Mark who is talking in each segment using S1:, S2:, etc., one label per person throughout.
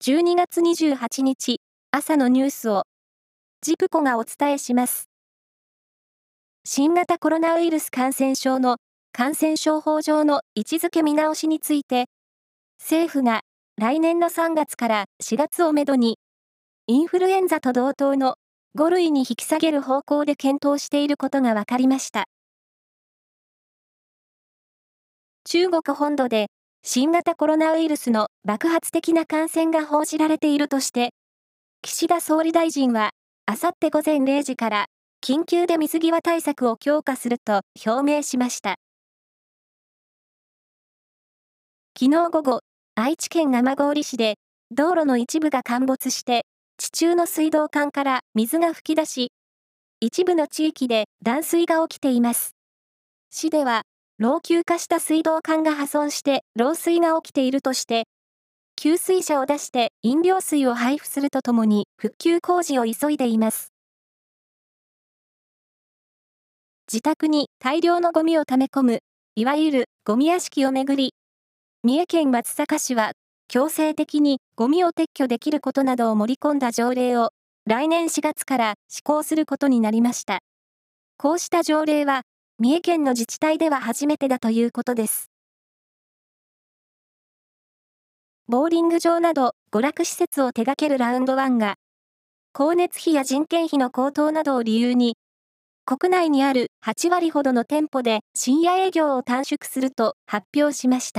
S1: 12月28日朝のニュースをジプコがお伝えします。新型コロナウイルス感染症の感染症法上の位置づけ見直しについて、政府が来年の3月から4月をめどに、インフルエンザと同等の5類に引き下げる方向で検討していることが分かりました。中国本土で新型コロナウイルスの爆発的な感染が報じられているとして、岸田総理大臣は、あさって午前0時から緊急で水際対策を強化すると表明しました。昨日午後、愛知県蒲郡市で道路の一部が陥没して、地中の水道管から水が噴き出し、一部の地域で断水が起きています。市では、老朽化した水道管が破損して漏水が起きているとして、給水車を出して飲料水を配布するとともに復旧工事を急いでいます。自宅に大量のゴミを溜め込む、いわゆるゴミ屋敷をめぐり、三重県松阪市は強制的にゴミを撤去できることなどを盛り込んだ条例を来年4月から施行することになりました。こうした条例は三重県の自治体では初めてだということです。ボーリング場など娯楽施設を手掛けるラウンドワンが、光熱費や人件費の高騰などを理由に、国内にある8割ほどの店舗で深夜営業を短縮すると発表しました。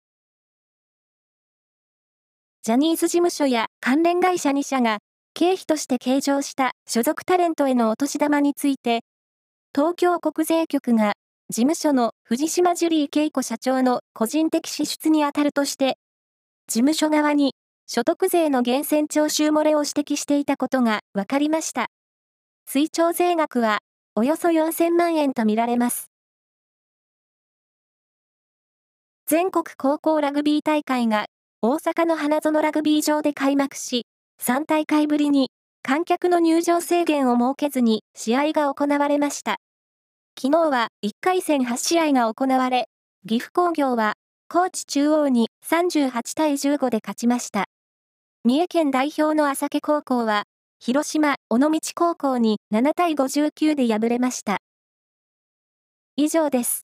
S1: ジャニーズ事務所や関連会社2社が経費として計上した所属タレントへのお年玉について、東京国税局が事務所の藤島ジュリー景子社長の個人的支出に当たるとして、事務所側に所得税の源泉徴収漏れを指摘していたことが分かりました。追徴税額はおよそ4000万円とみられます。全国高校ラグビー大会が大阪の花園ラグビー場で開幕し、3大会ぶりに観客の入場制限を設けずに試合が行われました。昨日は1回戦8試合が行われ、岐阜工業は高知中央に38対15で勝ちました。三重県代表の朝毛高校は、広島尾道高校に7対59で敗れました。以上です。